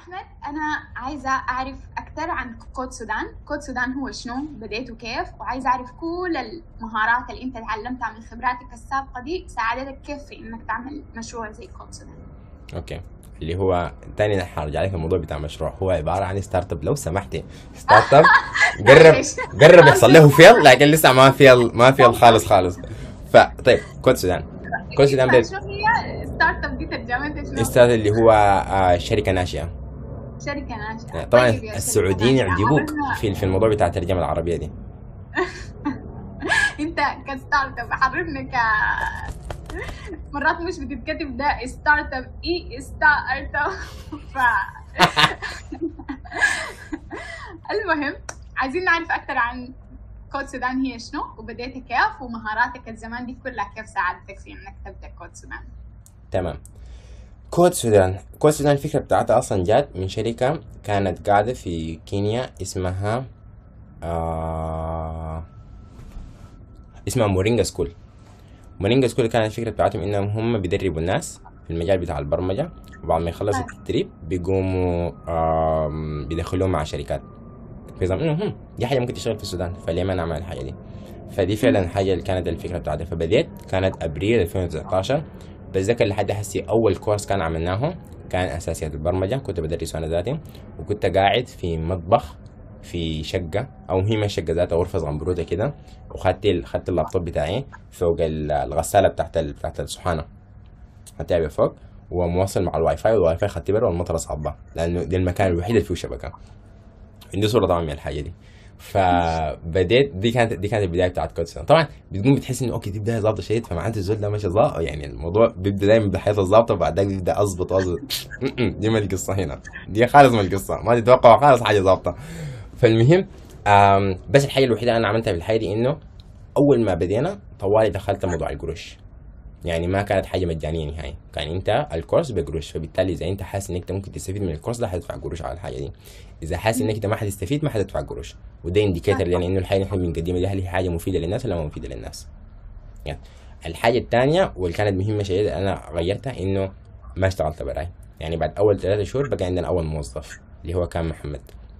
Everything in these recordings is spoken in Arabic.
أحمد، أنا عايزة أعرف أكثر عن كود سودان. كود سودان هو شنو؟ بديته كيف؟ وعايزة أعرف كل المهارات اللي أنت تعلمتها من خبراتك السابقة دي ساعدتك كيف في إنك تعمل مشروع زي كود سودان. اوكي، اللي هو تاني حرجع لك الموضوع بتاع المشروع. هو عباره عن ستارت اب. لو سمحتي، ستارت اب قرب معلش. قرب يحصل له فيل، لكن لسه ما فيل خالص خالص. فطيب، كود سودان. كود سودان شنو هي ستارت اب دي؟ ترجمتها شنو؟ ستارت اللي هو شركه ناشئه. شركة ناشئة. طبعا طيب يا السعوديين شركة ناشئة، يعجبوك عرفنا في الموضوع بتاع الترجمه العربيه دي. أنت كستارت اب عرفنا مرات مش بتتكتب ده ستارت اب، ستارت اب. ف المهم عايزين نعرف أكثر عن كود سودان هي شنو، وبديتي كيف، ومهاراتك الزمان دي كلها كيف ساعدتك في إنك تبدأ كود سودان. تمام. كود سودان الفكره بتاعتها اصلا جات من شركه كانت قاعده في كينيا اسمها اسمها مورينجا سكول. مورينجا سكول كانت الفكره بتاعتهم انهم هم بيدربوا الناس في المجال بتاع البرمجه، وبعد ما يخلصوا التدريب بيقوموا بيدخلوهم مع شركات. في انه دي حاجه ممكن تشتغل في السودان، فليه ما نعمل الحاجه دي؟ فدي فعلا الحاجه اللي كانت الفكره بتاعتها. فبديت كانت ابريل 2019. بتذكر لحد هسي اول كورس كان عملناه كان اساسيات البرمجه، كنت بدرسه انا ذاتي، وكنت قاعد في مطبخ في شقه، او هي ما شقه ذاتها، غرفه زنبروده كده، خدت اللابتوب بتاعي فوق الغساله بتاعت الصحانه، خدتها فوق وموصل مع الواي فاي، والواي فاي خدت بره والمطره صعبه لانه ده المكان الوحيد اللي فيه شبكه. عندي صوره طبعا من الحاجه دي. فبديت دي كانت البدايه بتاعت كود سودان. طبعا بتقوم بتحس انه اوكي دي بدايه ظابطه شديد، فمعناته الزول ده ماشي ظابط، يعني الموضوع بيبدا دايما بحيث الظابطه، وبعدين بيبدا اظبط. دي ما القصه هنا، دي خالص ما القصه، ما تتوقع خالص حاجه ظابطه. فالمهم بس الحاجه الوحيده انا عملتها في الحياه دي انه اول ما بدينا طوالي دخلت موضوع القروش. يعني ما كانت حاجه مجانيه نهائي، كان انت الكورس بقروش. فبالتالي اذا انت حاسس انك انت ممكن تستفيد من الكورس ده حتدفع قروش على الحاجه دي، اذا حاسس انك انت ما حتستفيد ما حتدفع قروش. وده انديكيتور لنا انه الحاجه اللي احنا بنقدمها دي هل هي حاجه مفيده للناس ولا ما مفيده للناس. يعني الحاجه الثانيه واللي كانت مهمه شديد انا غيرتها انه ما اشتغلت براي. يعني بعد اول 3 شهور بقى عندنا اول موظف اللي هو كان محمد.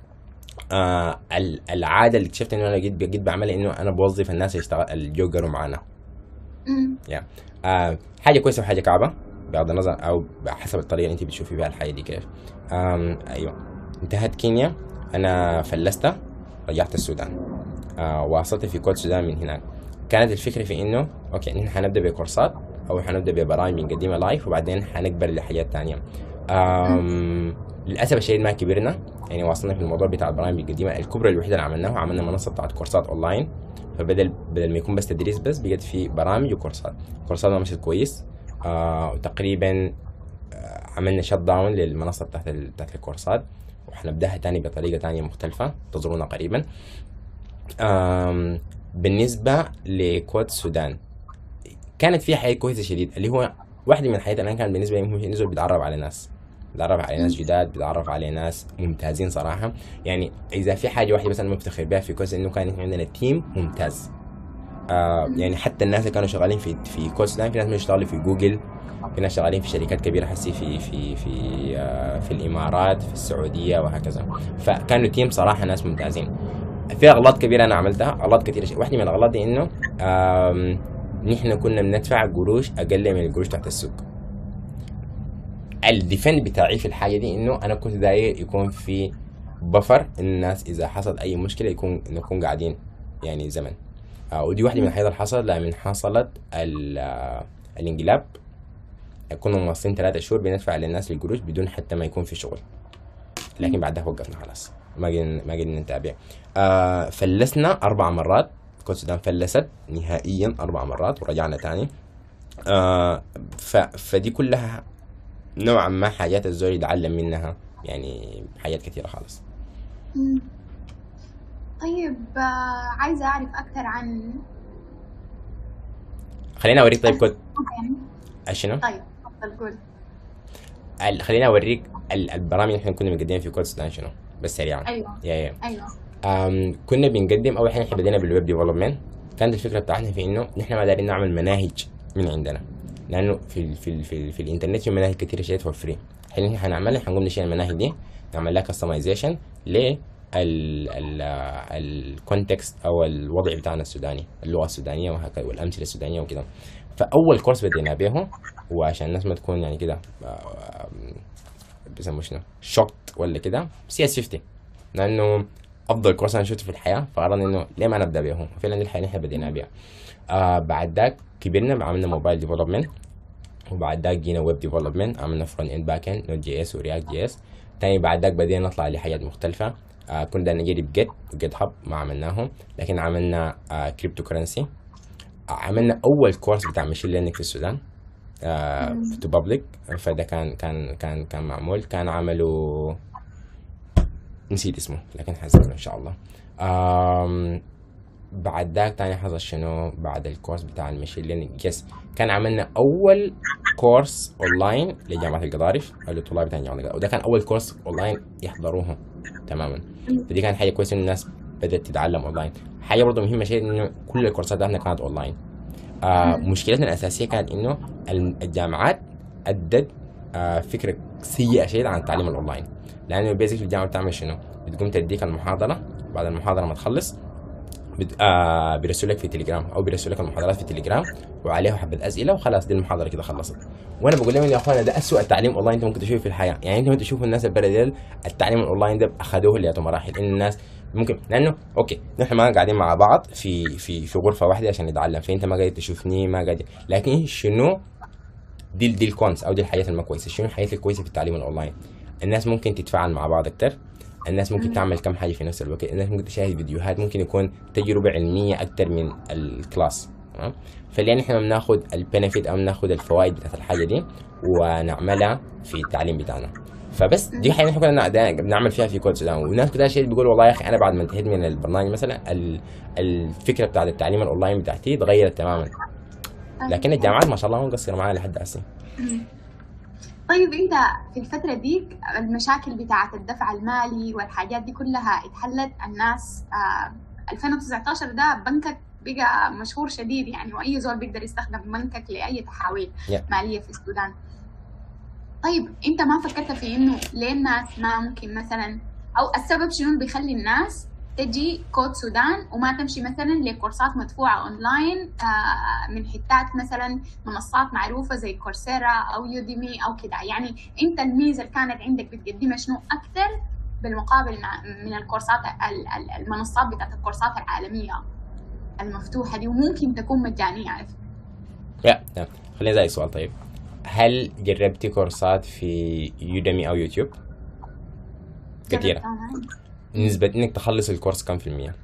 العاده اللي اكتشفت انه انا جيت بعملها انه انا بوظف الناس اللي يشتغل اللي يقروا معانا. يعني حاجه كويسه وحاجه كعبه بغض النظر او حسب الطريقه اللي انت بتشوفي بها الحاجه دي كيف. ايوه، انتهت كينيا، انا فلست، رجعت السودان. واصلت في كود سودان من هناك. كانت الفكره في انه اوكي نحن حنبدا بكورسات او حنبدا ببرامج بنقدمها لايف، وبعدين حنكبر لحاجات تانية. للاسف الشديد ما كبرنا، يعني واصلنا في الموضوع بتاع البرامج القديمه. الكبرى الوحيده اللي عملناها عملنا منصه بتاعت كورسات اونلاين، فبدل ما يكون بس تدريس بس بقت في برامج وكورسات. كورسات مشت كويس. تقريبا عملنا شت داون للمنصه بتاعت الكورسات، وحنبداها تاني بطريقه تانية مختلفه، انتظرونا قريبا. بالنسبه لكود السودان كانت فيها حاجه كويسه شديد، اللي هو واحده من الحاجات اللي انا كان بالنسبه لي مهم انه بيتعرف على ناس، بيتعرف على ناس جداد، بيتعرف على ناس ممتازين صراحه. يعني اذا في حاجه واحده بس انا مفتخر بها في كويس انه كان عندنا تيم ممتاز. يعني حتى الناس اللي كانوا شغالين في كود سودان، في ناس بيشتغلوا في جوجل، في ناس شغالين في شركات كبيره حسي في الامارات، في السعوديه وهكذا. فكانوا تيم صراحه ناس ممتازين. في اغلاط كبيره انا عملتها، اغلاط كثيره. واحده من الاغلاط دي انه نحن كنا بندفع قروش اقل من القروش تحت السوق. الديفند بتاعي في الحاجه دي انه انا كنت داير يكون في بفر الناس اذا حصل اي مشكله نكون قاعدين يعني زمن. ودي واحده من الحاجات اللي حصلت لما حصلت الانقلاب. كنا مواصلين 3 شهور بندفع للناس القروش بدون حتى ما يكون في شغل، لكن بعدها وقفنا خلاص، ما قدرنا نتابع. فلسنا 4 مرات، كود السودان فلست نهائيا 4 مرات ورجعنا تاني. فدي كلها نوعا ما حاجات الزول يتعلم منها، يعني حاجات كثيرة خالص. طيب عايزة أعرف أكثر عن خليني أوريك. طيب كود شنو؟ طيب تفضل قول. خليني أوريك البرامج اللي احنا كنا بنقدمها في كود السودان شنو بس سريعا. أيوة. أيوة. كنا بنقدم أول حاجة، احنا بدينا بالويب ديفلوبمنت. كانت الفكرة بتاعتنا في إنه نحن ما دارين نعمل مناهج من عندنا، لأنه في الإنترنت في مناهج كثيرة شيء فور فري. اللي حنعمله حنقوم نشيل المناهج دي، نعمل لها كستمايزيشن ل الكونتكست او الوضع بتاعنا السوداني، اللغه السودانيه وهكذا والامثله السودانيه وكده. فاول كورس بدينا به، وعشان الناس ما تكون يعني كده بيسموه شنو شوكت ولا كده، CS50، لانه افضل كورس انا شفته في الحياه، فقررنا انه ليه ما نبدا به، فعلا دي الحياه اللي احنا بدينا بها. بعد ذاك كبرنا، عملنا موبايل ديفلوبمنت، وبعد ذاك جينا ويب ديفلوبمنت، عملنا فرونت اند باك اند نوت جي اس ورياكت جي اس. تاني بعد ذاك بدينا نطلع لحاجات مختلفه. كنا نجرب جيت وجيت هاب ما عملناهم، لكن عملنا كريبتو كرنسي. عملنا اول كورس بتاع ماشين ليرنينج في السودان تو بابليك، فده كان معمول، كان عملوا نسيت اسمه لكن حذكره ان شاء الله. بعد ذاك تاني حصل شنو بعد الكورس بتاع الماشين ليرنينج؟ يس، كان عملنا اول كورس اونلاين لجامعه القضارف او للطلاب بتاع جامعه القضارف، وده كان اول كورس اونلاين يحضروه تماما. فدي كانت حاجه كويسه ان الناس بدات تتعلم اونلاين. حاجه برضه مهمه شيء انه كل الكورسات بتاعتنا كانت اونلاين. مشكلتنا الاساسيه كانت انه الجامعات ادت فكره سيئه شديد عن التعليم الاونلاين، لانه بيزك الجامعه بتعمل شنو؟ بتقوم تديك المحاضره، بعد المحاضره ما تخلص بيرسلوا لك في تليجرام او بيرسلوا لك المحاضرات في تليجرام وعليها حبه اسئله وخلاص، دي المحاضره كده خلصت. وانا بقول لهم يا اخوانا ده اسوء التعليم اونلاين انت ممكن تشوفه في الحياه. يعني انت ممكن تشوفوا الناس البلد التعليم الاونلاين ده اخذوه لياته مراحل، ان الناس ممكن لانه اوكي نحن ما قاعدين مع بعض في غرفه واحده عشان نتعلم، فانت ما قاعد تشوفني ما قاعد، لكن شنو دي الكونس او دي الحياه الما كويسه. شنو الحياه الكويسه في التعليم الاونلاين؟ الناس ممكن تتفاعل مع بعض اكثر، الناس ممكن تعمل كم حاجه في نفس الوقت، الناس ممكن تشاهد فيديوهات، ممكن يكون تجربه علميه اكثر من الكلاس. تمام؟ فاللي احنا بناخذ البنفيت او بناخذ الفوائد بتاعت الحاجه دي ونعملها في التعليم بتاعنا. فبس دي حاجه احنا كنا بنعمل فيها في كود سودان، والناس كلها شيء بيقول والله يا اخي انا بعد ما انتهيت من البرنامج مثلا الفكره بتاعت التعليم الاونلاين بتاعتي اتغيرت تماما. لكن الجامعات ما شاء الله مقصره معايا لحد هسه. طيب انت في الفترة ديك المشاكل بتاعة الدفع المالي والحاجات دي كلها اتحلت؟ الناس 2019 ده بنكك بقى مشهور شديد يعني، واي زول بيقدر يستخدم بنكك لاي تحويل مالية في السودان. طيب انت ما فكرت في انه ليه الناس ما ممكن مثلا، او السبب شنو اللي بيخلي الناس تجي كود سودان وما تمشي مثلا لكورسات مدفوعة اونلاين من حتات مثلا منصات معروفة زي كورسيرا او يوديمي او كده؟ يعني انت الميزة اللي كانت عندك بتقدمها شنو اكثر بالمقابل من الكورسات المنصات بتاعت الكورسات العالمية المفتوحة دي وممكن تكون مجانية على فكرة؟ تمام. خليني اسالك سؤال. طيب هل جربتي كورسات في يوديمي او يوتيوب؟ كثيرة. نسبة انك تخلص الكورس كم في المية؟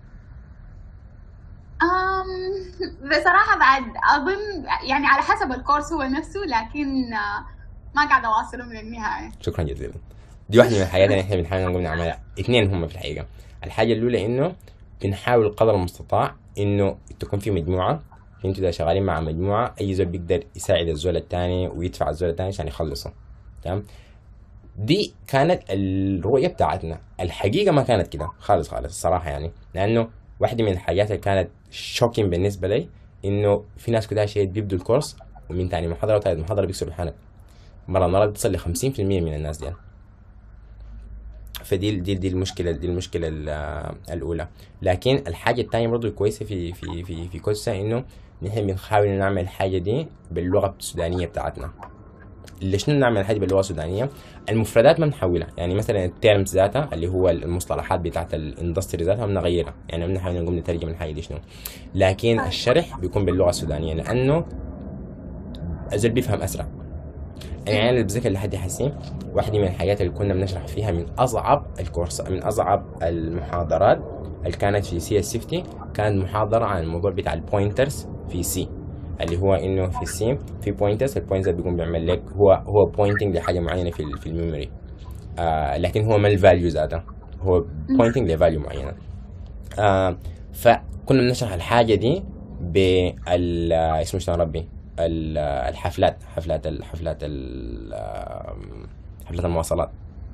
بصراحة بعد اظن يعني على حسب الكورس هو نفسه، لكن ما قاعد اواصله من النهاية. شكرا جزيلا. دي واحدة من الحاجات اللي احنا بنحاول نقوم نعملها. اثنين هم في الحقيقة. الحاجة الاولى انه بنحاول قدر المستطاع انه تكون في مجموعة، انتوا اذا شغالين مع مجموعة اي زول بيقدر يساعد الزول الثاني ويدفع الزول الثاني عشان يخلصه. تمام؟ دي كانت الرؤية بتاعتنا. الحقيقة ما كانت كده خالص الصراحة يعني، لأنه واحدة من الحاجات اللي كانت شوكين بالنسبة لي إنه في ناس كده شيء بيبدوا الكورس ومن تاني محاضرة وثالث محاضرة بيكسروا الحنك، مرة بتصل ل 50% من الناس دي. فدي المشكلة الأولى. لكن الحاجة الثانية برضو الكويسة في كورسا إنه نحن بنحاول نعمل الحاجة دي باللغة السودانية بتاعتنا. ليش نعمل حاجه باللغه السودانيه؟ المفردات ما بنحولها، يعني مثلا التيرمز ذاتها اللي هو المصطلحات بتاعت الاندستري ذاتها بنغيرها، يعني بنحاول نقوم نترجم الحاجه دي شنو، لكن الشرح بيكون باللغه السودانيه لانه الزول بيفهم اسرع. يعني انا بتذكر لحد حسين واحده من الحاجات اللي كنا بنشرح فيها من اصعب الكورس، من اصعب المحاضرات اللي كانت في CS50 كانت محاضره عن الموضوع بتاع البوينترز في سي، اللي هو انه في السيم في بوينترز، البوينترز بيقوم بيعمل لك هو بوينتنج لحاجه معينه في الميموري، لكن هو ما الفاليو ذاتها، هو بوينتنج لفاليو معينه. فكنا بنشرح الحاجه دي بال اسمه شلون ربي حفلات المواصلات.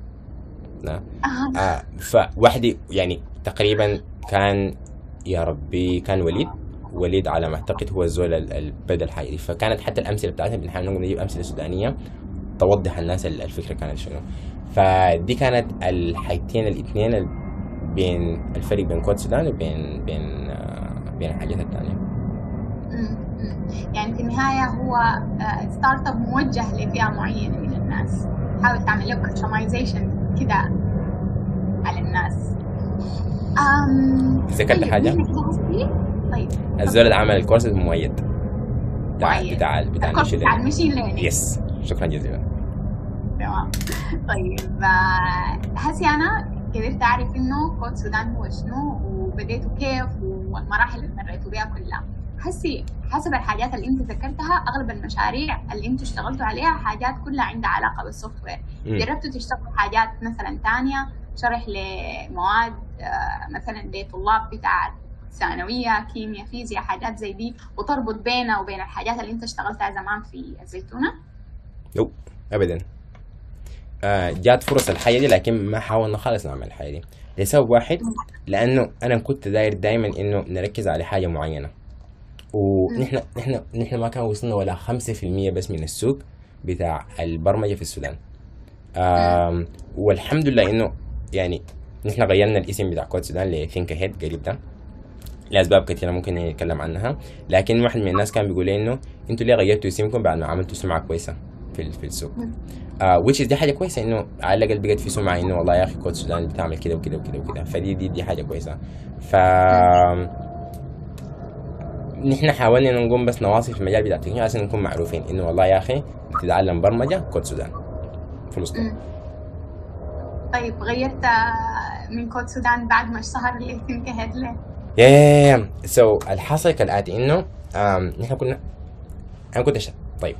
فواحدة يعني تقريبا كان يا ربي كان وليد على ما اعتقد هو الزول اللي بدا الحاجه دي. فكانت حتى الامثله بتاعتنا بنحاول نجيب امثله سودانيه توضح الناس الفكره كانت شنو. فدي كانت الحاجتين الاثنين بين الفرق بين كود السودان وبين بين الحاجات الثانيه. يعني في النهايه هو ستارت اب موجه لفئه معينه من الناس، حاول تعمل له كستمايزيشن كده على الناس. ذكرت طيب حاجه؟ طيب الزول اللي عمل الكورس مؤيد بتاع الكورس بتاع المشين ليرنينج. يس، شكرا جزيلا. تمام. طيب هسي انا قدرت اعرف انه كود السودان هو شنو وبديته كيف والمراحل اللي مريتوا بها كلها. هسي حسب الحاجات اللي انت ذكرتها اغلب المشاريع اللي انتوا اشتغلتوا عليها حاجات كلها عندها علاقه بالسوفت وير. جربتوا تشتغلوا حاجات مثلا ثانيه، شرح لمواد مثلا لطلاب بتاع ثانويه، كيمياء، فيزياء، حاجات زي دي، وتربط بينها وبين الحاجات اللي انت اشتغلتها زمان في الزيتونه؟ لا ابدا. جات فرص الحاجه دي لكن ما حاولنا خالص نعمل الحاجه دي لسبب واحد، لانه انا كنت داير دائما انه نركز على حاجه معينه، ونحن ما كان وصلنا ولا 5% بس من السوق بتاع البرمجه في السودان. والحمد لله انه يعني نحن غيرنا الاسم بتاع كود السودان لثينك اهيد قريب ده لاسباب كثيره ممكن نتكلم عنها، لكن واحد من الناس كان بيقول لي انه انتوا ليه غيرتوا اسمكم بعد ما عملتوا سمعه كويسه في السوق. which is دي حاجه كويسه، انه على الاقل بقت في سمعه انه والله يا اخي كود السودان بتعمل كده وكده وكده وكده، فدي حاجه كويسه. ف نحن حاولنا نقوم بس نواصل في المجال بتاع التكنولوجيا عشان نكون معروفين انه والله يا اخي تتعلم برمجه كود السودان فلوس. طيب غيرت من كود السودان بعد ما اشتهر اللي ثينك اهيد ليه؟ سو الحاصل كالاتي انه نحن انا كنت طيب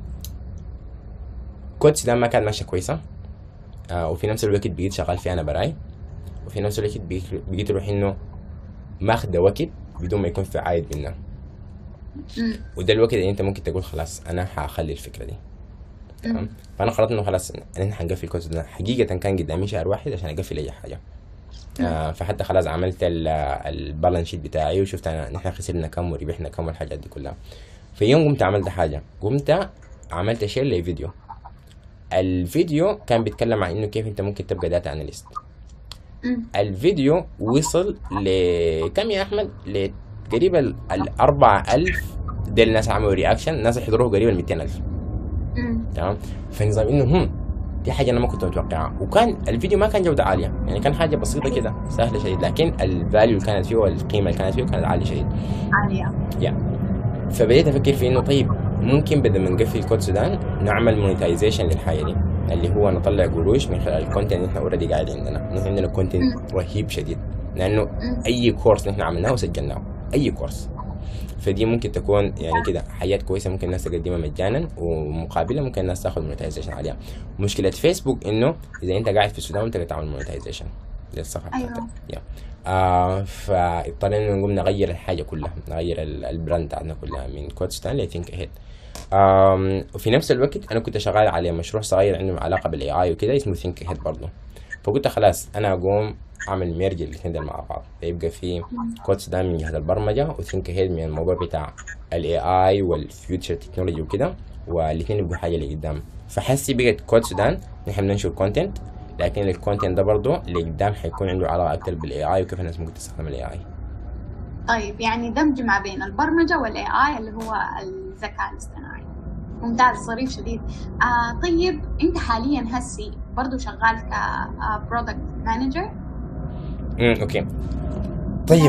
كود السودان ما كان ماشيه كويسه، وفي نفس الوقت بقيت شغال فيه انا براي، وفي نفس الوقت بقيت اروح انه ماخذ وقت بدون ما يكون في عائد منها. وده الوقت اللي انت ممكن تقول خلاص انا حخلي الفكره دي. تمام. فانا قررت انه خلاص انا حنقفل كود السودان. حقيقه كان قدامي شهر واحد عشان اقفل اي حاجه. فحتى خلاص عملت البالانس شيت بتاعي وشفت نحن خسرنا كم وربحنا كم والحاجات دي كلها. في يوم قمت عملت حاجه، قمت عملت شير لفيديو. الفيديو كان بيتكلم عن انه كيف انت ممكن تبقى داتا اناليست. الفيديو وصل لكم يا احمد؟ لقريب 4000. دي الناس عملوا رياكشن، الناس اللي حضروه قريب 200,000. تمام. فنظام انه دي حاجه انا ما كنت متوقعها، وكان الفيديو ما كان جوده عاليه، يعني كان حاجه بسيطه كده سهله شديد، لكن الفاليو اللي كانت فيه والقيمه اللي كانت فيه كانت عاليه شديد. عاليه. فبديت افكر في انه طيب ممكن بدل ما نقفل كود السودان نعمل مونيتايزيشن للحاجه دي، اللي هو نطلع قروش من خلال الكونتنت اللي احنا اوريدي قاعد عندنا. نحن عندنا كونتنت رهيب شديد، لانه اي كورس نحن عملناه وسجلناه، اي كورس. فدي ممكن تكون يعني كده حاجات كويسه ممكن الناس تقدمها مجانا، ومقابله ممكن الناس تاخذ مونيتايزيشن عليها. مشكله فيسبوك انه اذا انت قاعد في السودان وانت تعمل مونيتايزيشن للصفحه بتاعتك. فاضطرينا نقوم نغير الحاجه كلها، نغير البراند بتاعنا كلها من كود السودان لثينك اهيد. وفي نفس الوقت انا كنت شغال على مشروع صغير عنده علاقه بالاي اي وكده اسمه ثينك اهيد برضه. فقلت خلاص انا اقوم اعمل ميرج الاثنين دول مع بعض، فيبقى في كود السودان من جهه البرمجه وثينك اهيد من الموضوع بتاع الاي اي والفيوتشر تكنولوجي وكده، والاثنين يبقوا حاجه لقدام. فحسي بقت كود السودان نحن بننشر كونتنت، لكن الكونتنت ده برضه لقدام حيكون عنده علاقه اكثر بالاي اي وكيف الناس ممكن تستخدم الاي اي. طيب يعني دمج ما بين البرمجه والاي اي اللي هو الذكاء الاصطناعي. ممتاز، ظريف شديد. طيب انت حاليا هسي برضو شغال كبرودكت مانجر؟ اوكي. طيب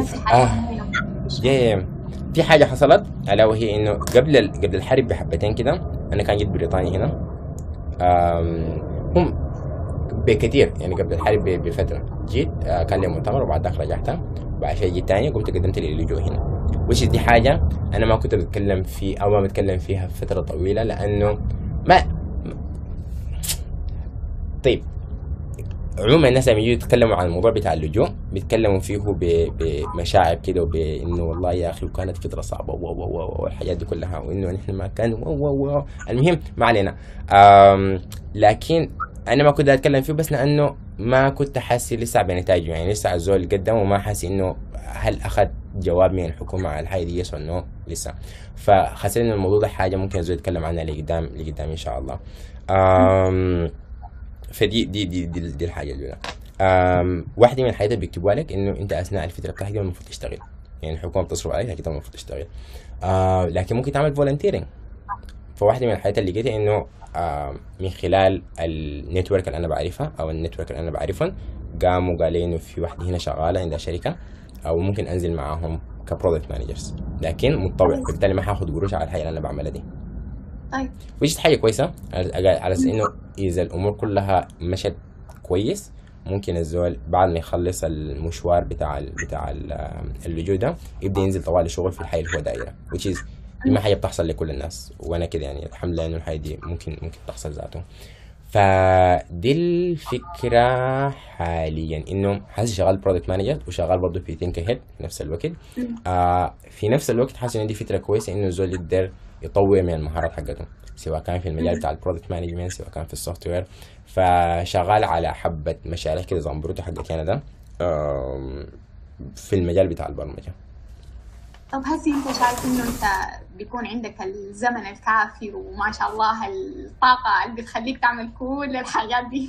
في حاجه حصلت الا وهي انه قبل الحرب بحبتين كده انا كان جيت بريطانيا هنا. هم بكثير يعني قبل الحرب بفتره جيت كان لي مؤتمر وبعد ذاك رجعت، بعد شيء جيت تاني قمت قدمت لي اللجوء هنا. وش دي حاجه انا ما كنت بتكلم في او ما بتكلم فيها فتره طويله، لانه ما طيب عموما الناس لما يجوا يتكلموا عن الموضوع بتاع اللجوء بيتكلموا فيه بمشاعر كده وبانه والله يا اخي وكانت فتره صعبه والحاجات دي كلها، وانه نحن ما كان المهم ما علينا. لكن انا ما كنت اتكلم فيه بس لانه ما كنت حاسس لسه بنتائجه، يعني لسه الزول قدم وما حاسس انه هل اخذ جواب من الحكومه على الحاجه دي يس ولا نو لسه. فخسرنا الموضوع ده حاجه ممكن الزول يتكلم عنها لقدام ان شاء الله. فدي الحاجه الاولى. واحده من الحاجات اللي بيكتبوها لك انه انت اثناء الفتره بتاعتك دي المفروض تشتغل، يعني الحكومه بتصرف عليك اكيد المفروض تشتغل. لكن ممكن تعمل فولنتيرنج. فواحده من الحاجات اللي لقيتها انه من خلال النتورك اللي انا بعرفها او النتورك اللي انا بعرفهم، قاموا قال لي انه في واحده هنا شغاله عندها شركه او ممكن انزل معاهم كبرودكت مانجرز، لكن متطوع، بالتالي ما هاخد قروش على الحاجه اللي انا بعملها دي. طيب وجدت حاجه كويسه على اساس انه اذا الامور كلها مشت كويس ممكن الزول بعد ما يخلص المشوار بتاع اللجوء ده يبدا ينزل طوال شغل في الحي اللي هو دايره، which is دي ما حاجه بتحصل لكل الناس، وانا كده يعني الحمد لله انه الحاجه دي ممكن تحصل ذاته. فدي الفكره حاليا، انه حاسس شغال برودكت مانجر وشغال برضه في ثينك هيد في نفس الوقت. في نفس الوقت حاسس ان دي فكره كويسه انه الزول يقدر يطور من المهارات حقته، سواء كان في المجال بتاع البرودكت مانجمنت، سواء كان في السوفت وير. فشغال على حبه مشاريع كده زي بروتو حق كندا في المجال بتاع البرمجه. طب هسي انت شايف انه انت بيكون عندك الزمن الكافي وما شاء الله الطاقة اللي بتخليك تعمل كل الحاجات دي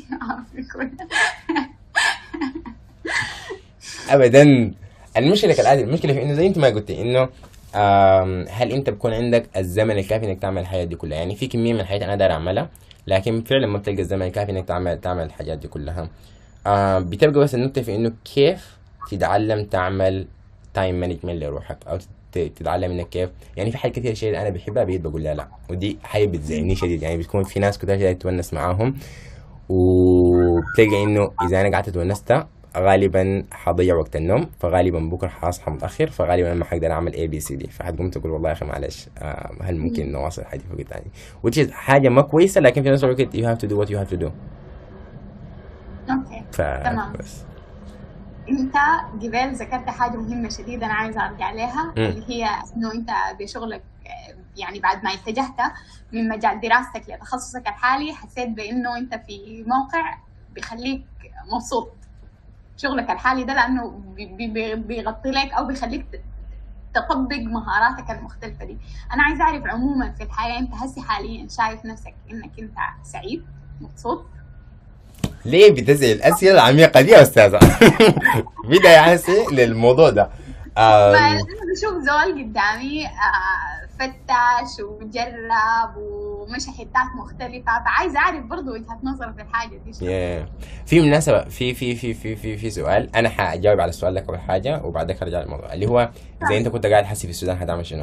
ابدا. المشكله كالاتي، المشكله في انه زي انت ما قلتي انه هل انت بكون عندك الزمن الكافي انك تعمل الحياه دي كلها؟ يعني في كميه من الحاجات انا داير اعملها لكن فعلا ما بتلقى الزمن الكافي انك تعمل الحاجات دي كلها. بتبقى بس النقطه في انه كيف تتعلم تعمل تايم مانجمنت لروحك، او تتعلم انك كيف، يعني في حاجات كثير شيء انا بحبها بقيت بقول لها لا، ودي حاجه بتزعجني شديد. يعني بتكون في ناس كده تتونس معاهم وبتلقى انه اذا انا قعدت تونستها غالبا حضيع وقت النوم، فغالبا بكره حاصحى متاخر، فغالبا ما حقدر اعمل اي بي سي دي، فحتقوم تقول والله يا اخي معلش هل ممكن نواصل حاجه في وقت ثاني، which is حاجه ما كويسه، لكن في نفس الوقت you have to do what you have to do. اوكي تمام. انت قبل ذكرت حاجه مهمه شديده انا عايزه ارجع لها، اللي هي انه انت بشغلك يعني بعد ما اتجهت من مجال دراستك لتخصصك الحالي حسيت بانه انت في موقع بيخليك مبسوط شغلك الحالي ده، لانه بيغطي لك او بيخليك تطبق مهاراتك المختلفه دي. انا عايزه اعرف عموما في الحياه انت هسي حاليا شايف نفسك انك انت سعيد مبسوط؟ ليه بتسأل الأسئلة العميقة دي يا أستاذة؟ بداية حسي للموضوع ده. أنا بشوف زول قدامي فتش وجرب ومشي حتات مختلفة، فعايز أعرف برضو وجهة نظره في الحاجة دي. في مناسبة في سؤال أنا حأجاوب على السؤال لك أول حاجة وبعدك هرجع للموضوع اللي هو إذا أنت كنت قاعد حسي في السودان هتعمل شنو؟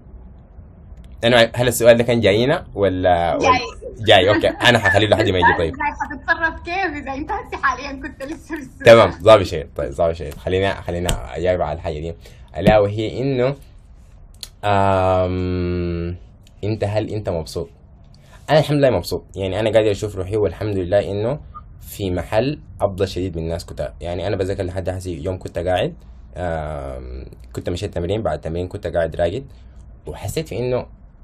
هل السؤال ده كان جاينا ولا جاي؟ اوكي انا حخليه لحد ما يجي. طيب هتتصرف كيف اذا انت حاليا كنت لسه في السودان؟ تمام ظابط شيء. طيب ظابط شيء، خلينا اجاوب على الحاجه دي، الا وهي انه هل انت مبسوط؟ انا الحمد لله مبسوط، يعني انا قاعد اشوف روحي والحمد لله انه في محل افضل شديد من الناس كتار. يعني انا بذكر لحد هسي يوم كنت قاعد كنت مشيت تمرين، بعد التمرين كنت قاعد راقد وحسيت في انه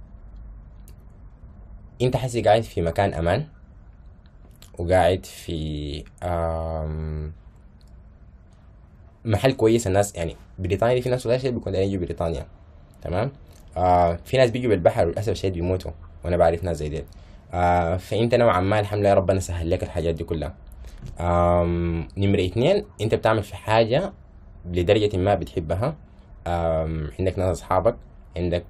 انت حاسس قاعد في مكان امان وقاعد في محل كويس. الناس يعني بريطانيا دي في ناس ولا شيء بيكون يجوا بريطانيا تمام. في ناس بيجوا بالبحر وللاسف الشديد بيموتوا وانا بعرف ناس زي دي. فانت نوعا ما الحمد لله ربنا سهل لك الحاجات دي كلها. نمرة 2 انت بتعمل في حاجة لدرجة ما بتحبها، عندك ناس اصحابك، عندك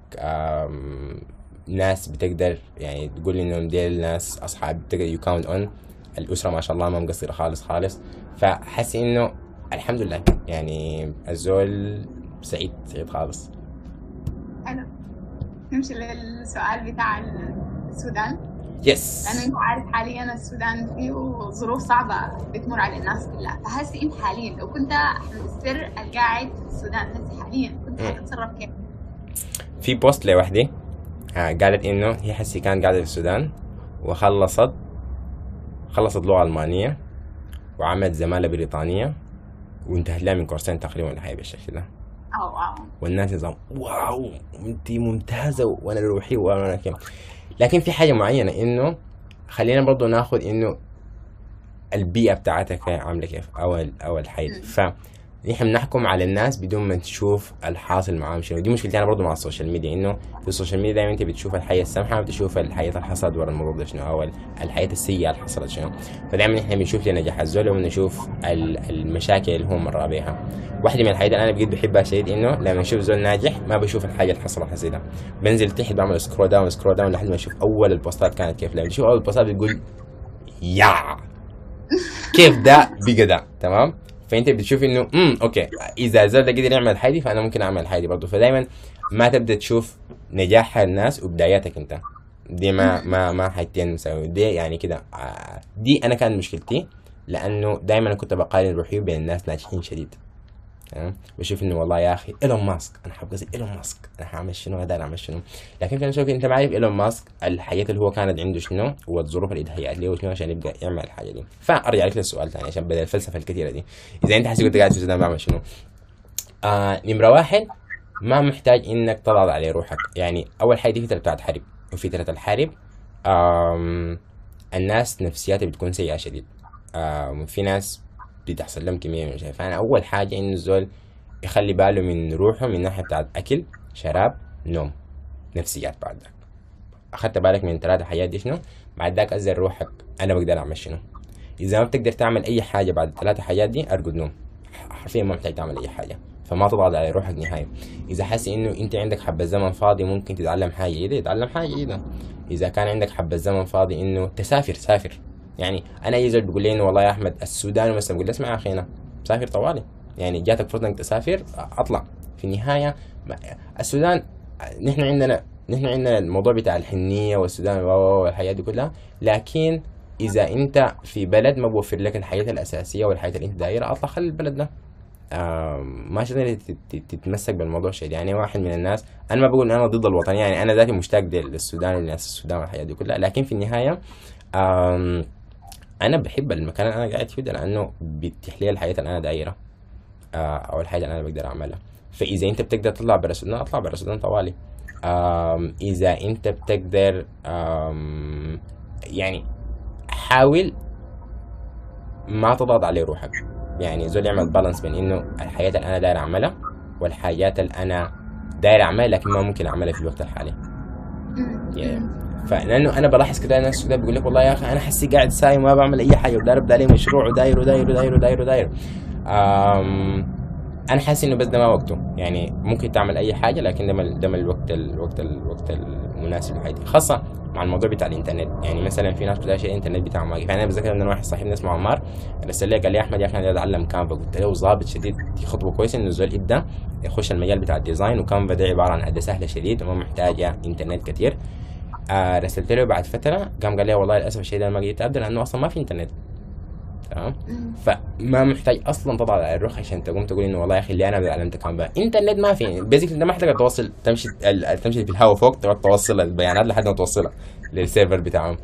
ناس بتقدر يعني تقول انهم ديل ناس اصحاب بتقدر يو كاونت اون. الاسره ما شاء الله ما مقصره خالص. فحس انه الحمد لله يعني الزول سعيد خالص. حلو. نمشي للسؤال بتاع السودان. يس. لانه انت عارف حاليا السودان فيه ظروف صعبه بتمر على الناس كلها، فهسي انت حاليا لو كنت مستر القاعد في السودان هسي حاليا كنت هتتصرف كيف؟ في بوست لوحدي قالت انه هي حسي كانت قاعده في السودان وخلصت لغه المانيه وعملت زماله بريطانيه وانتهت لها من كورسين تقريبا ولا حاجه بالشكل ده. واو. والناس نظام واو انت ممتازه وانا روحي وانا كم. لكن في حاجه معينه انه خلينا برضو ناخذ انه البيئه بتاعتك عامله كيف اول حاجه. نحن بنحكم على الناس بدون ما نشوف الحاصل معاهم شنو. دي مشكلتي انا برضو مع السوشيال ميديا، انه في السوشيال ميديا دائما انت بتشوف الحياه السمحه وبتشوف الحياه اللي حصلت ورا الموضوع ده شنو، او الحياه السيئه اللي حصلت شنو. فدائما احنا بنشوف لنجاح الزول وبنشوف المشاكل اللي هو مر بيها. واحده من الحاجات اللي انا بجد بحبها شديد انه لما اشوف زول ناجح ما بشوف الحاجه اللي حصلت حسيتها، بنزل تحت بعمل سكرول داون سكرول داون لحد ما اشوف اول البوستات كانت كيف. لما تشوف اول البوستات بتقول يا كيف ده بقى ده تمام. فانت بتشوف انه اوكي، اذا الزول ده قدر يعمل حاجه فانا ممكن اعمل حاجه برضه. فدايما ما تبدا تشوف نجاح الناس وبداياتك انت، دي ما حاجتين مساوي دي يعني كده. دي انا كان مشكلتي، لانه دايما انا كنت بقارن روحي بين الناس ناجحين شديد. تمام، بشوف انه والله يا اخي ايلون ماسك، انا حابب زي ايلون ماسك، انا هعمل شنو، هذا اعمل شنو. لكن في نشوف انت ما عارف ايلون ماسك الحاجات اللي هو كانت عنده شنو والظروف اللي اتهيأت له شنو عشان يبقى يعمل الحاجه دي. فارجع لك للسؤال ثاني عشان بدل الفلسفه الكثيره دي، اذا انت حاسس كنت قاعد في السودان بعمل شنو. نمره واحد، ما محتاج انك تضغط على روحك. يعني اول حاجه دي فتره بتاعت حرب، وفي فتره الحرب الناس نفسياتها بتكون سيئه شديد. في ناس بتحصل لهم كميه من فانا اول حاجه انه الزول يخلي باله من روحه من ناحيه بتاعت اكل شراب نوم نفسيات. بعد ذاك اخدت بالك من ثلاثه حاجات دي شنو، بعد ذاك ازل روحك انا بقدر اعمل شنو. اذا ما بتقدر تعمل اي حاجه بعد الثلاثه حاجات دي ارقد نوم، حرفيا ما محتاج تعمل اي حاجه. فما تضغط على روحك نهائي. اذا حاسس انه انت عندك حبه زمن فاضي ممكن تتعلم حاجه جديده، تتعلم حاجه جديده. اذا كان عندك حبه زمن فاضي انه تسافر، سافر. يعني انا اي زول بيقول لي انه والله يا احمد السودان مثلا، بقول له اسمع يا اخي انا سافر طوالي، يعني جاتك فرصه انك تسافر اطلع. في النهايه السودان نحن عندنا الموضوع بتاع الحنيه والسودان والحياه دي كلها، لكن اذا انت في بلد ما بوفر لك الحياه الاساسيه والحياه اللي انت دايرها اطلع خلي البلد ده. ما تقدر تتمسك بالموضوع شيء. يعني واحد من الناس، انا ما بقول انا ضد الوطن، يعني انا ذاتي مشتاق للسودان ولناس السودان والحياه دي كلها، لكن في النهايه انا بحب المكان اللي انا قاعد فيه ده لانه بيتيح لي الحياه اللي انا دايرها، او الحاجه اللي انا بقدر اعملها. فاذا انت بتقدر تطلع برا السودان اطلع برا السودان طوالي. اذا انت بتقدر يعني حاول ما تضغط على روحك. يعني زول يعمل بالانس بين انه الحياة اللي انا داير اعملها والحاجات اللي انا داير اعملها لكن ما ممكن اعملها في الوقت الحالي. فلانه انا بلاحظ كده ناس كده بيقول لك والله يا اخي انا حسي قاعد سايم وما بعمل اي حاجه وداير ابدا لي مشروع وداير وداير وداير وداير وداير. انا حاسس انه بس ده ما وقته. يعني ممكن تعمل اي حاجه لكن ده ما الوقت المناسب لحياتي، خاصه مع الموضوع بتاع الانترنت. يعني مثلا في ناس بتلاقي شيء الانترنت بتاعهم واقف. يعني انا بتذكر ان واحد صاحبنا اسمه عمار رسل لي قال لي يا احمد يا اخي انا اتعلم كانفا. قلت له ظابط شديد، دي خطوه كويسه انه الزول يبدا يخش المجال بتاع الديزاين، وكانفا ده عباره عن اداه سهله شديد وما محتاجه انترنت كتير. رسلت له بعد فتره قام قال لي والله للاسف الشديد انا ما قدرت ابدا لانه اصلا ما في انترنت. تمام، فما محتاج اصلا تضغط على الرخ عشان تقوم تقول انه والله يا اخي اللي انا علمتك كانفا. انترنت ما في بيزك، انت ما محتاج توصل تمشي في الهواء فوق تقعد توصل البيانات لحد ما توصلها للسيرفر بتاعهم.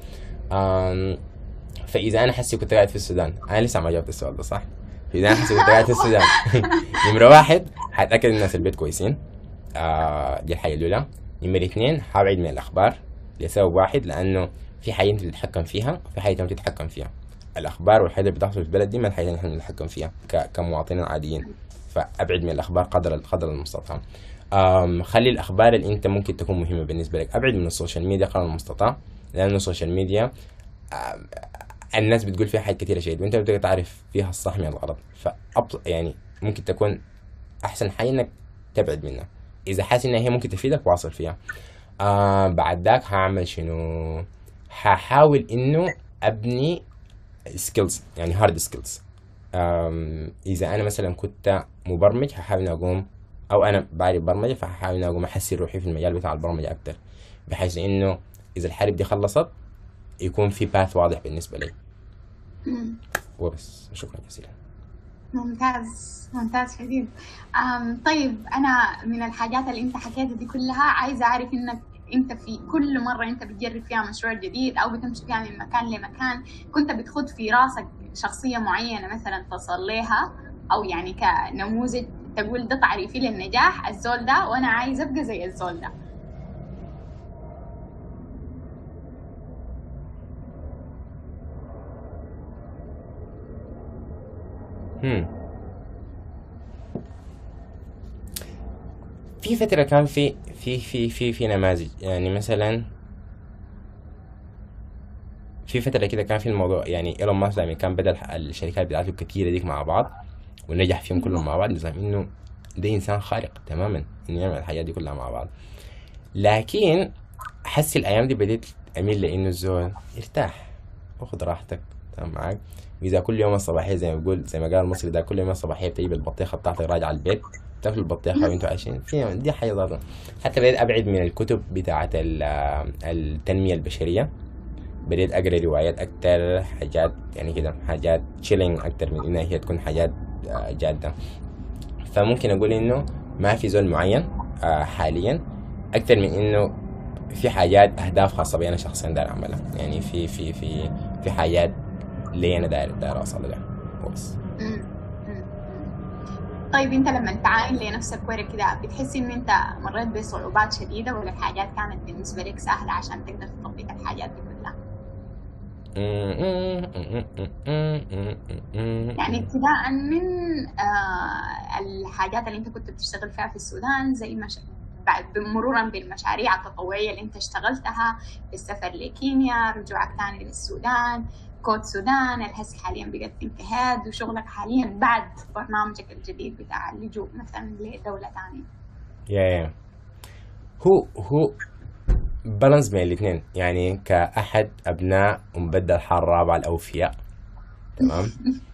فاذا انا حسي كنت قاعد في السودان، انا لسه ما جاوبت السؤال ده صح. فاذا انا حسي كنت قاعد في السودان نمره واحد حتاكد ان الناس البيت كويسين، دي الحاجه الاولى. نمره اثنين حابعد من الاخبار لسبب واحد، لانه في حاجه انت بتتحكم فيها وفي حاجه انت ما بتتحكم فيها. الاخبار والحاجات اللي بتحصل في البلد دي ما الحاجات اللي احنا بنتحكم فيها كمواطنين عاديين. فابعد من الاخبار قدر المستطاع. خلي الاخبار اللي انت ممكن تكون مهمه بالنسبه لك. ابعد من السوشيال ميديا قدر المستطاع، لانه السوشيال ميديا الناس بتقول فيها حاجات كثيره شديد وانت بتقدر تعرف فيها الصح من الغلط. يعني ممكن تكون احسن حاجه انك تبعد منها. اذا حاسس انها هي ممكن تفيدك واصل فيها. بعد ذاك هعمل شنو؟ هحاول انه ابني سكيلز، يعني هارد سكيلز. اذا انا مثلا كنت مبرمج هحاول اقوم، او انا بعرف برمجه فهحاول اقوم احسن روحي في المجال بتاع البرمجه اكتر، بحيث انه اذا الحرب دي خلصت يكون في باث واضح بالنسبه لي. وبس، شكرا جزيلا. ممتاز شديد. طيب أنا من الحاجات اللي أنت حكيتها دي كلها عايزة أعرف إنك أنت في كل مرة أنت بتجرب فيها مشروع جديد أو بتمشي فيها من مكان لمكان، كنت بتخد في راسك شخصية معينة مثلا تصل لها، أو يعني كنموذج تقول ده تعريفي للنجاح الزول ده وأنا عايز أبقى زي الزول ده. في فترة كان في نماذج، يعني مثلا في فترة كده كان في الموضوع، يعني ايلون ماسك لما كان بدأ الشركات بتاعته كتيرة ديك مع بعض ونجح فيهم كلهم مع بعض، نظام انه ده انسان خارق تماما انه يعمل الحاجات دي كلها مع بعض. لكن حسي الايام دي بديت اميل لانه الزول يرتاح، واخد راحتك، تمام معاك. واذا كل يوم الصباحيه زي ما بقول، زي ما قال المصري ده، كل يوم الصباحيه بتجيب البطيخه بتاعتك راجع البيت تاكل البطيخه وانتوا عايشين في دي حاجه ذاتها. حتى بديت ابعد من الكتب بتاعت التنميه البشريه، بديت اقرا روايات اكتر، حاجات يعني كده، حاجات تشيلينج اكتر من انها هي تكون حاجات جاده. فممكن اقول انه ما في زول معين حاليا، اكتر من انه في حاجات اهداف خاصه بي انا شخصيا داير اعملها، يعني في حاجات لي انا داير اوصل لها بس. طيب انت لما تعاين لنفسك ورا كده بتحس ان انت مريت بصعوبات شديده، ولا الحاجات كانت بالنسبه لك سهله عشان تقدر تطبق الحاجات دي كلها؟ يعني ابتداء من الحاجات اللي انت كنت بتشتغل فيها في السودان، زي مرورا بالمشاريع التطوعيه اللي انت اشتغلتها، السفر لكينيا، رجوعك ثاني للسودان، كود سودان الهسه حاليا بقت انتهاد، وشغلك حاليا بعد برنامجك الجديد بتاع اللجوء مثلا لدوله ثانيه. يا هو بالانس بين الاثنين، يعني كأحد أبناء مبدل الحارة الرابعة الأوفياء، تمام.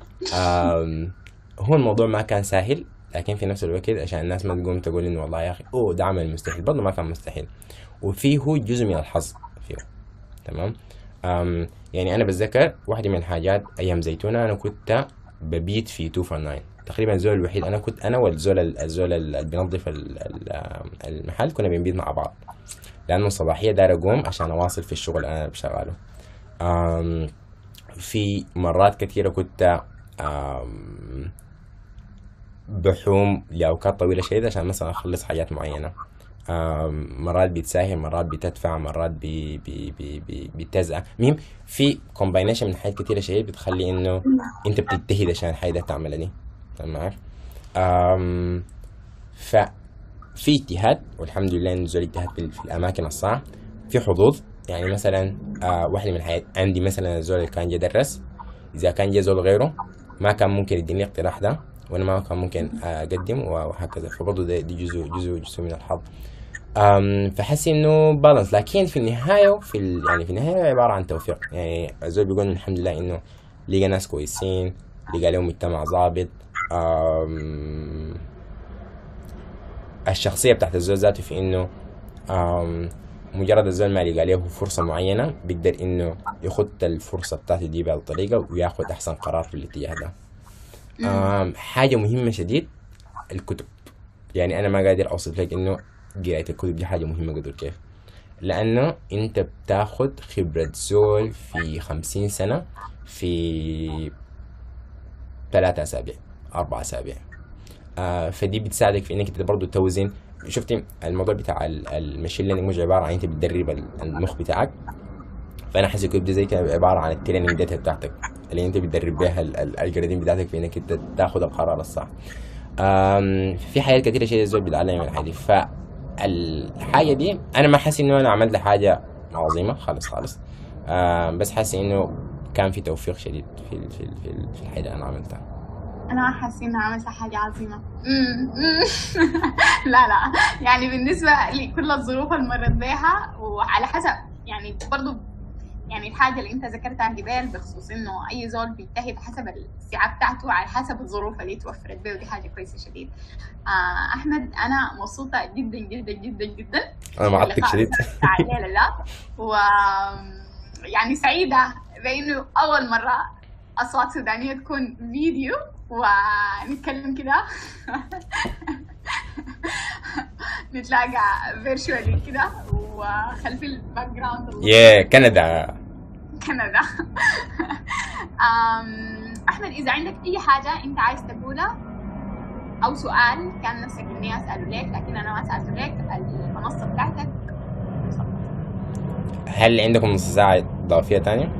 هو الموضوع ما كان سهل، لكن في نفس الوقت عشان الناس ما تقوم تقول إنه والله يا أخي ده عمل مستحيل، برضه ما كان مستحيل، وفيه جزء من الحظ فيه، تمام. يعني أنا بتذكر واحدة من الحاجات أيام زيتونة، أنا كنت ببيت في 249 تقريبا، الزول الوحيد، أنا والزول اللي بينظف المحل كنا بنبيت مع بعض، لأنه الصباحية داير أقوم عشان أواصل في الشغل أنا بشغاله. في مرات كثيرة كنت بحوم لأوقات طويلة شديدة عشان مثلا أخلص حاجات معينة، مرات بتساهم، مرات بتدفع، مرات بتزعق، مهم في كومباينيشن من حاجات كثيرة شديدة بتخلي إنه أنت بتجتهد عشان الحاجة تعملها دي، تمام. في اجتهاد، والحمد لله انه زول اجتهاد في الاماكن الصح، في حظوظ. يعني مثلا واحده من الحاجات عندي، مثلا الزول اللي كان جا درس، اذا كان جا زول غيره ما كان ممكن يديني الاقتراح ده، وانا ما كان ممكن اقدم وهكذا، فبرضه دي جزء من الحظ. فحس انه بالانس، لكن في النهايه يعني في النهايه عباره عن توفيق. يعني الزول بيقول الحمد لله انه لقى ناس كويسين، لقى لهم مجتمع ضابط، الشخصية بتاعت الزول ذاته في انه مجرد الزول ما يلقى له فرصة معينة بيقدر انه يخد الفرصة بتاعته دي بهالطريقة وياخد احسن قرار في الاتجاه ده. حاجة مهمة شديد الكتب، يعني انا ما قادر اوصف لك انه قراية الكتب دي حاجة مهمة قدر كيف، لانه انت بتاخد خبرة زول في 50 سنة في 3 أسابيع 4 أسابيع. فدي بتساعدك في انك انت برضه توزن. شفتي الموضوع بتاع المشين ليرنينج مش عباره عن انت بتدرب المخ بتاعك، فانا حاسس كده زي كده عباره عن التريننج داتا بتاعتك اللي انت بتدرب بيها الالجوريثم بتاعتك في انك انت تاخد القرار الصح. في حاجات كتيره شيء الزول بيتعلم من الحاجه دي، فالحاجه دي انا ما حاسس انه انا عملت حاجه عظيمه خالص، بس حاسس انه كان في توفيق شديد في الحاجه اللي انا عملتها. أنا حاسة إنها عملت حاجة عظيمة. لا يعني بالنسبة لكل الظروف اللي مرت بيها، وعلى حسب يعني برضو يعني الحاجة اللي أنت ذكرتها قبل بخصوص إنه أي زول بيجتهد حسب السعة بتاعته على حسب الظروف اللي توفرت به، ودي حاجة كويسة شديد. أحمد أنا مبسوطة جدا جدا جدا جدا. أنا معطيك شديد. لا و يعني سعيدة بإنه أول مرة أصوات سودانية تكون فيديو ونتكلم كده نتلاقى فيرشوالي كده، وخلفي الباك جراوند كندا. أحمد إذا عندك أي حاجة أنت عايز تقولها أو سؤال كان نفسك إني أسأله لك لكن أنا ما سألته لك، المنصة بتاعتك. هل عندكم نص ساعة إضافية تانية؟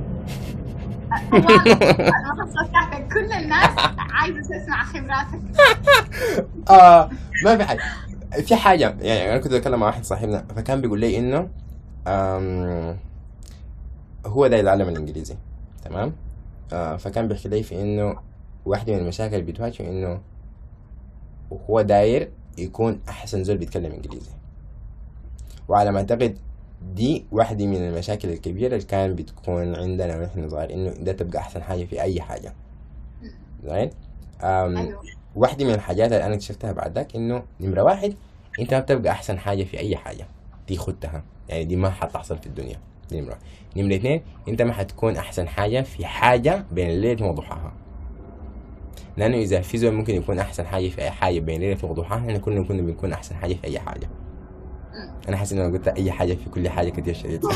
المنصة بتاعتك كل الناس عايزة تسمع خبراتك. ما في حاجة. في حاجة يعني أنا كنت أتكلم مع واحد صاحبنا فكان بيقول لي إنه آم، هو ده يتعلم الإنجليزي، تمام. فكان بيحكي لي في إنه واحدة من المشاكل اللي بتواجهه إنه هو داير يكون أحسن زول بيتكلم إنجليزي، وعلى ما أعتقد دي واحدة من المشاكل الكبيرة اللي كان بتكون عندنا ونحن صغار، إنه ده تبقى أحسن حاجة في أي حاجة، زين. ايوه. واحدة من الحاجات اللي أنا اكتشفتها بعد ذاك إنه نمرة واحد أنت ما بتبقى أحسن حاجة في أي حاجة، دي خدتها يعني دي ما حتحصل في الدنيا، دي نمرة واحد. نمرة اتنين أنت ما حتكون أحسن حاجة في حاجة بين الليل وضحاها، لأنه إذا في زول ممكن يكون أحسن حاجة في أي حاجة بين الليل وضحاها، إحنا كنا بنكون أحسن حاجة في أي حاجة. أنا حاسس إن أنا قلت أي حاجة في كل حاجة كتير شديد.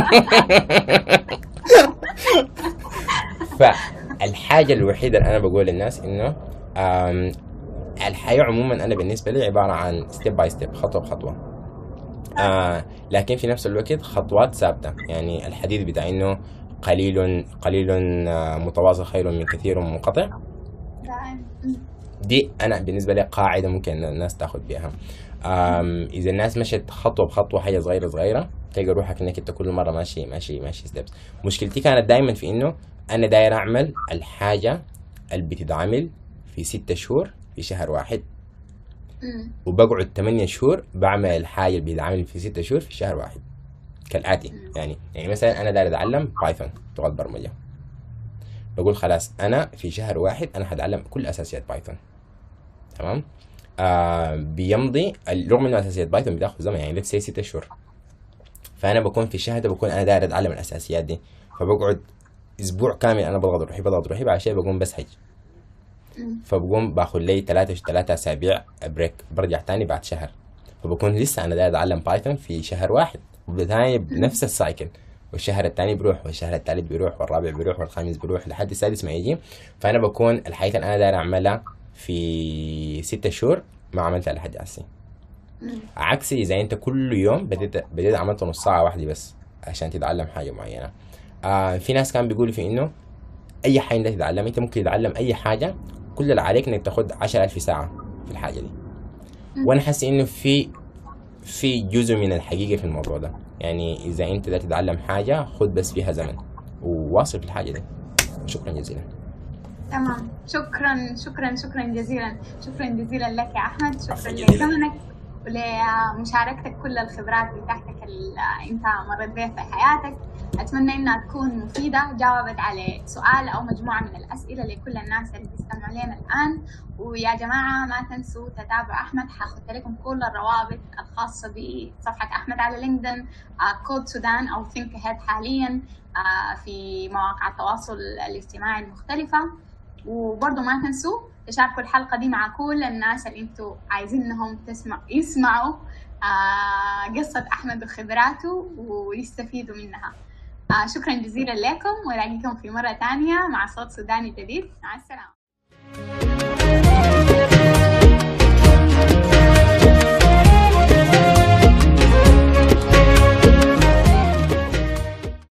فالحاجة الوحيدة اللي أنا بقول للناس إنه الحياة عموما أنا بالنسبة لي عبارة عن ستيب باي ستيب، خطوة بخطوة. لكن في نفس الوقت خطوات ثابتة، يعني الحديث بتاع إنه قليل متواصل خير من كثير منقطع، دي أنا بالنسبة لي قاعدة ممكن الناس تاخد بيها. إذا الناس مشت خطوة بخطوة حاجة صغيرة تلقى روحك إنك أنت كل مرة ماشي ستيبس. مشكلتي كانت دايما في إنه أنا داير أعمل الحاجة اللي بتتعمل في 6 شهور في شهر واحد، وبقعد 8 شهور بعمل الحاجة اللي بيتعمل في 6 شهور في شهر واحد كالآتي. يعني مثلا أنا داير أتعلم بايثون لغة برمجة، بقول خلاص أنا في شهر واحد أنا هتعلم كل أساسيات بايثون، تمام. بيمضي رغم إنه أساسيات بايثون بتاخد زمن، يعني لتس 6 شهور، فأنا بكون في الشهر ده بكون أنا داير أتعلم الأساسيات دي، فبقعد أسبوع كامل أنا بضغط روحي بعد شيء بقوم بسهج، فبقوم باخد لي 3 أسابيع بريك، برجع تاني بعد شهر، فبكون لسه أنا داير أتعلم بايثون في شهر واحد، وبتاني بنفس السايكل، والشهر الثاني بيروح والشهر الثالث بيروح والرابع بيروح والخامس بيروح لحد السادس ما يجي. فأنا بكون الحاجة اللي أنا داير أعملها في 6 شهور ما عملتها لحد هسه. عكسي إذا أنت كل يوم بديت عملت نص ساعة واحدة بس عشان تتعلم حاجة معينة. في ناس كان بيقولوا في إنه أي حاجة أنت تتعلم، أنت ممكن تتعلم أي حاجة، كل اللي عليك إنك تاخد 10,000 ساعة في الحاجة دي. وأنا حاسس إنه في جزء من الحقيقة في الموضوع ده، يعني إذا أنت بدأت تتعلم حاجة خد بس فيها زمن وواصل في الحاجة دي. شكرا جزيلا. تمام، شكرا جزيلا لك يا أحمد، شكرا لزمنك ولمشاركتك كل الخبرات بتاعتك اللي أنت مريت بها في حياتك. أتمنى إنها تكون مفيدة، جاوبت على سؤال أو مجموعة من الأسئلة لكل الناس اللي بيستمعوا لنا الآن. ويا جماعة ما تنسوا تتابعوا أحمد، حاخد لكم كل الروابط الخاصة بصفحة أحمد على لينكدين، كود سودان أو ثينك هيد حاليا في مواقع التواصل الاجتماعي المختلفة. وبرضو ما تنسوا تشاركوا الحلقة دي مع كل الناس اللي انتوا عايزينهم يسمعوا قصة أحمد وخبراته ويستفيدوا منها. شكرا جزيلا لكم، ولاقيكم في مرة تانية مع صوت سوداني جديد. مع السلامة.